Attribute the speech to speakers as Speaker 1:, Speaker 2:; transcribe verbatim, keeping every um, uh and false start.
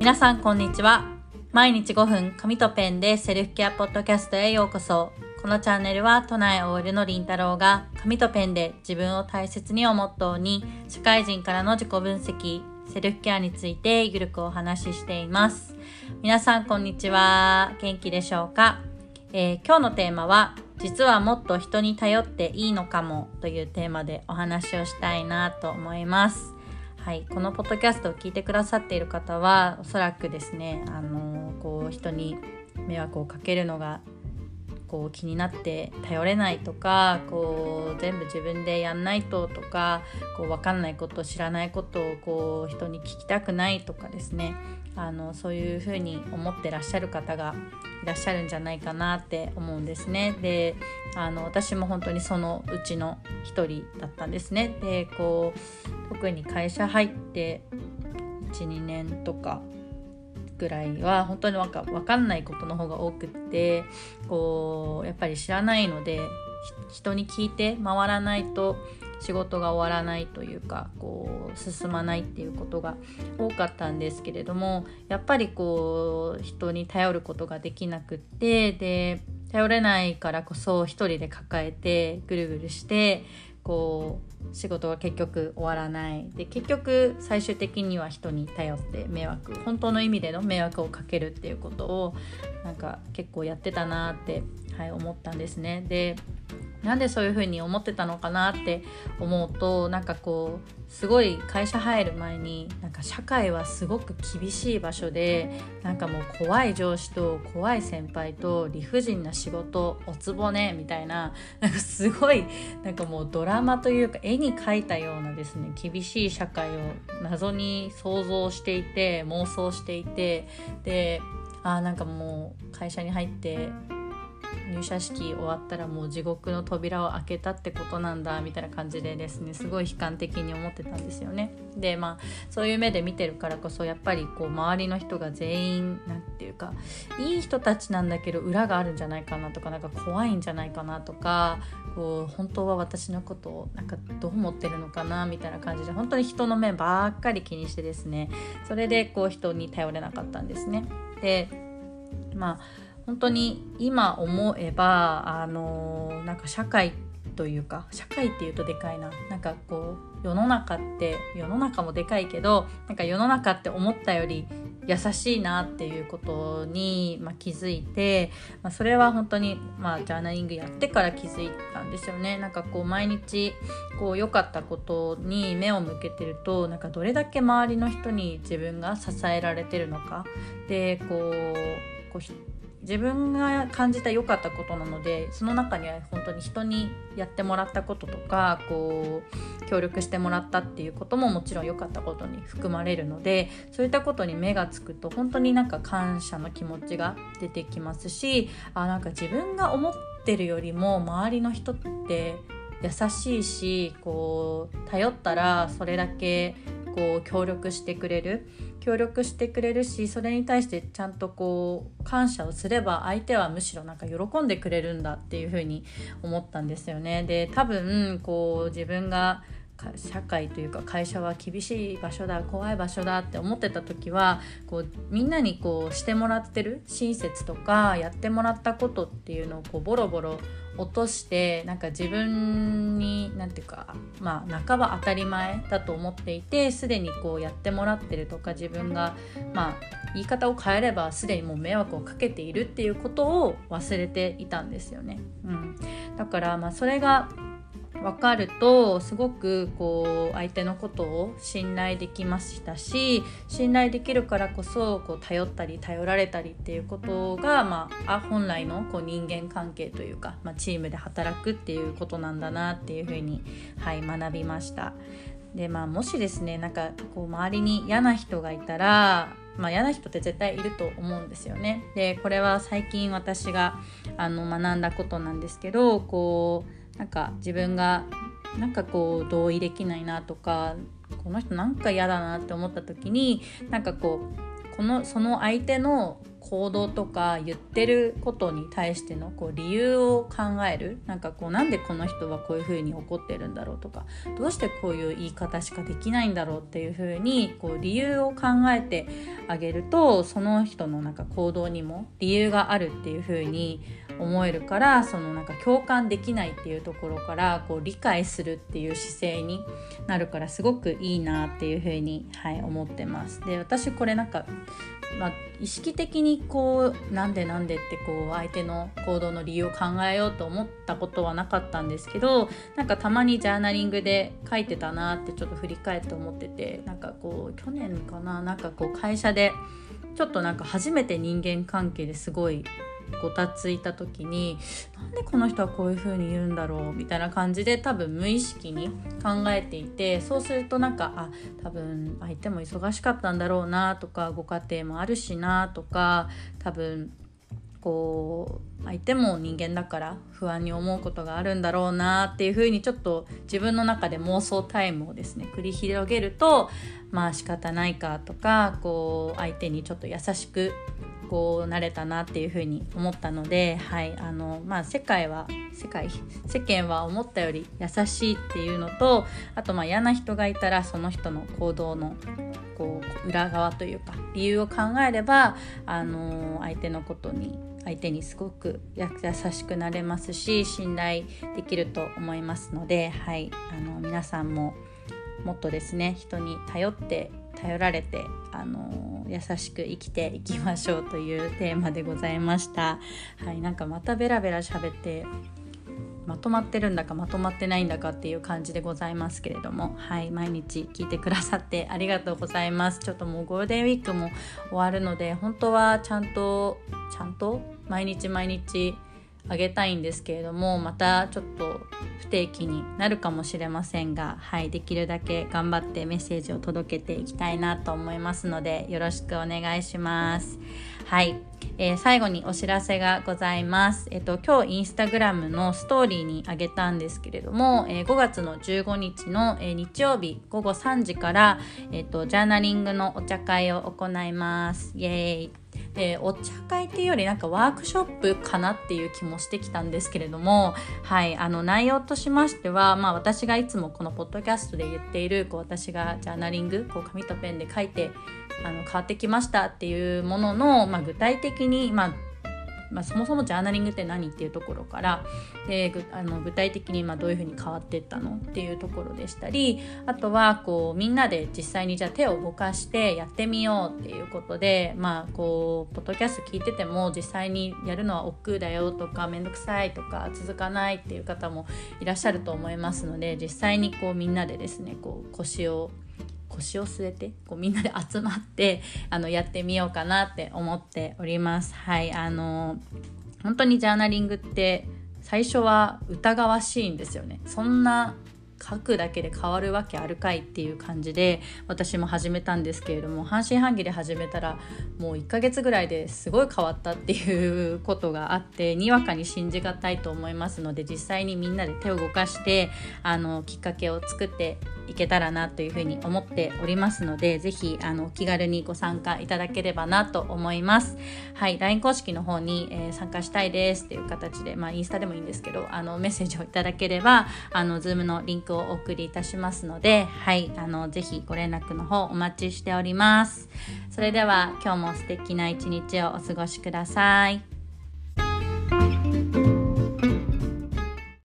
Speaker 1: 皆さんこんにちは。毎日ごふん紙とペンでセルフケアポッドキャストへようこそ。このチャンネルは都内 オーエル のりんたろうが紙とペンで自分を大切にをモットーに社会人からの自己分析、セルフケアについてゆるくお話ししています。皆さんこんにちは。元気でしょうか？えー、今日のテーマは実はもっと人に頼っていいのかもというテーマでお話をしたいなと思います。はい、このポッドキャストを聞いてくださっている方はおそらくですね、あのこう人に迷惑をかけるのがこう気になって頼れないとか、こう全部自分でやんないととか、こう分かんないこと知らないことをこう人に聞きたくないとかですね、あのそういうふうに思ってらっしゃる方がいらっしゃるんじゃないかなって思うんですね。で、あの私も本当にそのうちの一人だったんですね。で、こう特に会社入っていち、にねんとかぐらいは本当になんか分かんないことの方が多くって、こうやっぱり知らないので人に聞いて回らないと仕事が終わらないというか、こう進まないっていうことが多かったんですけれども、やっぱりこう人に頼ることができなくって、で頼れないからこそ一人で抱えてぐるぐるしてこう仕事が結局終わらないで、結局最終的には人に頼って迷惑、本当の意味での迷惑をかけるっていうことをなんか結構やってたなって、はい、思ったんですね。で、なんでそういうふうに思ってたのかなって思うと、なんかこうすごい会社入る前になんか社会はすごく厳しい場所で、なんかもう怖い上司と怖い先輩と理不尽な仕事、おつぼねみたいな、なんかすごいなんかもうドラマというか絵に描いたようなですね、厳しい社会を謎に想像していて、妄想していて、で、あーなんかもう会社に入って入社式終わったらもう地獄の扉を開けたってことなんだみたいな感じでですね、すごい悲観的に思ってたんですよね。で、まあそういう目で見てるからこそ、やっぱりこう周りの人が全員なんていうかいい人たちなんだけど裏があるんじゃないかなとか、なんか怖いんじゃないかなとか、こう本当は私のことをなんかどう思ってるのかなみたいな感じで、本当に人の目ばっかり気にしてですね、それでこう人に頼れなかったんですね。で、まあ本当に今思えば、あのー、なんか社会というか、社会っていうとでかいな、なんかこう世の中って世の中もでかいけど、なんか世の中って思ったより優しいなっていうことに、まあ、気づいて、まあ、それは本当に、まあ、ジャーナリングやってから気づいたんですよね。なんかこう毎日こう良かったことに目を向けてると、なんかどれだけ周りの人に自分が支えられてるのかで、こうこう自分が感じた良かったことなので、その中には本当に人にやってもらったこととか、こう協力してもらったっていうことももちろん良かったことに含まれるので、そういったことに目がつくと本当になんか感謝の気持ちが出てきますし、あ、なんか自分が思ってるよりも周りの人って優しいし、こう頼ったらそれだけこう協力してくれる協力してくれるし、それに対してちゃんとこう感謝をすれば相手はむしろなんか喜んでくれるんだっていうふうに思ったんですよね。で、多分こう自分が社会というか会社は厳しい場所だ、怖い場所だって思ってた時は、こうみんなにこうしてもらってる親切とかやってもらったことっていうのをこうボロボロ落として、なんか自分になんていうか、まあ半ば当たり前だと思っていて、すでにこうやってもらってるとか、自分がまあ言い方を変えればすでにもう迷惑をかけているっていうことを忘れていたんですよね。うん、だからまあそれが分かると、すごくこう相手のことを信頼できましたし、信頼できるからこそこう頼ったり頼られたりっていうことが、まあ、本来のこう人間関係というか、まあ、チームで働くっていうことなんだなっていうふうに、はい、学びました。で、まあ、もしですね、なんかこう周りに嫌な人がいたら、まあ、嫌な人って絶対いると思うんですよね。で、これは最近私があの学んだことなんですけど、こうなんか自分がなんかこう同意できないなとか、この人なんか嫌だなって思った時に、なんかこうこのその相手の行動とか言ってることに対してのこう理由を考える。なんかこうなんでこの人はこういう風に怒ってるんだろうとか、どうしてこういう言い方しかできないんだろうっていう風にこう理由を考えてあげると、その人のなんか行動にも理由があるっていう風に思えるから、そのなんか共感できないっていうところからこう理解するっていう姿勢になるから、すごくいいなっていう風に、はい、思ってます。で、私これなんか、まあ、意識的にこうなんでなんでってこう相手の行動の理由を考えようと思ったことはなかったんですけど、なんかたまにジャーナリングで書いてたなってちょっと振り返って思ってて、なんかこう去年かな、なんかこう会社でちょっとなんか初めて人間関係ですごいごたついた時に、なんでこの人はこういう風に言うんだろうみたいな感じで多分無意識に考えていて、そうするとなんかあ多分相手も忙しかったんだろうなとか、ご家庭もあるしなとか、多分こう相手も人間だから不安に思うことがあるんだろうなっていう風にちょっと自分の中で妄想タイムをですね繰り広げると、まあ仕方ないかとか、こう相手にちょっと優しくこうなれたなっていうふうに思ったので、はい、あのまあ世界は世界世間は思ったより優しいっていうのと、あとまあ嫌な人がいたらその人の行動のこう裏側というか理由を考えれば、あの相手のことに相手にすごく優しくなれますし、信頼できると思いますので、はい、あの皆さんももっとですね人に頼って頼られて、あの優しく生きていきましょうというテーマでございました。はい、なんかまたベラベラ喋ってまとまってるんだかまとまってないんだかっていう感じでございますけれども、はい、毎日聞いてくださってありがとうございます。ちょっともうゴールデンウィークも終わるので、本当はちゃんとちゃんと毎日毎日あげたいんですけれども、またちょっと不定期になるかもしれませんが、はい、できるだけ頑張ってメッセージを届けていきたいなと思いますので、よろしくお願いします。はい、えー、最後にお知らせがございます。えっと今日インスタグラムのストーリーにあげたんですけれども、えー、ごがつのじゅうごにちの、えー、日曜日ごごさんじから、えっとジャーナリングのお茶会を行います。イエーイ。でお茶会っていうよりなんかワークショップかなっていう気もしてきたんですけれども、はい、あの内容としましては、まあ、私がいつもこのポッドキャストで言っているこう私がジャーナリングこう紙とペンで書いてあの変わってきましたっていうものの、まあ、具体的に、まあまあ、そもそもジャーナリングって何っていうところからでぐあの具体的にまあどういうふうに変わっていったのっていうところでしたり、あとはこうみんなで実際にじゃあ手を動かしてやってみようっていうことで、まあこうポッドキャスト聞いてても実際にやるのは億劫だよとかめんどくさいとか続かないっていう方もいらっしゃると思いますので、実際にこうみんなでですねこう腰を腰を据えてこうみんなで集まってあのやってみようかなって思っております。はい、あの本当にジャーナリングって最初は疑わしいんですよね。そんな書くだけで変わるわけあるかいっていう感じで私も始めたんですけれども、半信半疑で始めたらもういっかげつぐらいですごい変わったっていうことがあって、にわかに信じがたいと思いますので、実際にみんなで手を動かしてあのきっかけを作っていけたらなというふうに思っておりますので、ぜひあのお気軽にご参加いただければなと思います。はい、ライン 公式の方に、えー、参加したいですっていう形で、まあインスタでもいいんですけど、あのメッセージをいただければあの Zoom のリンクをお送りいたしますので、はい、あのぜひご連絡の方お待ちしております。それでは今日も素敵な一日をお過ごしください。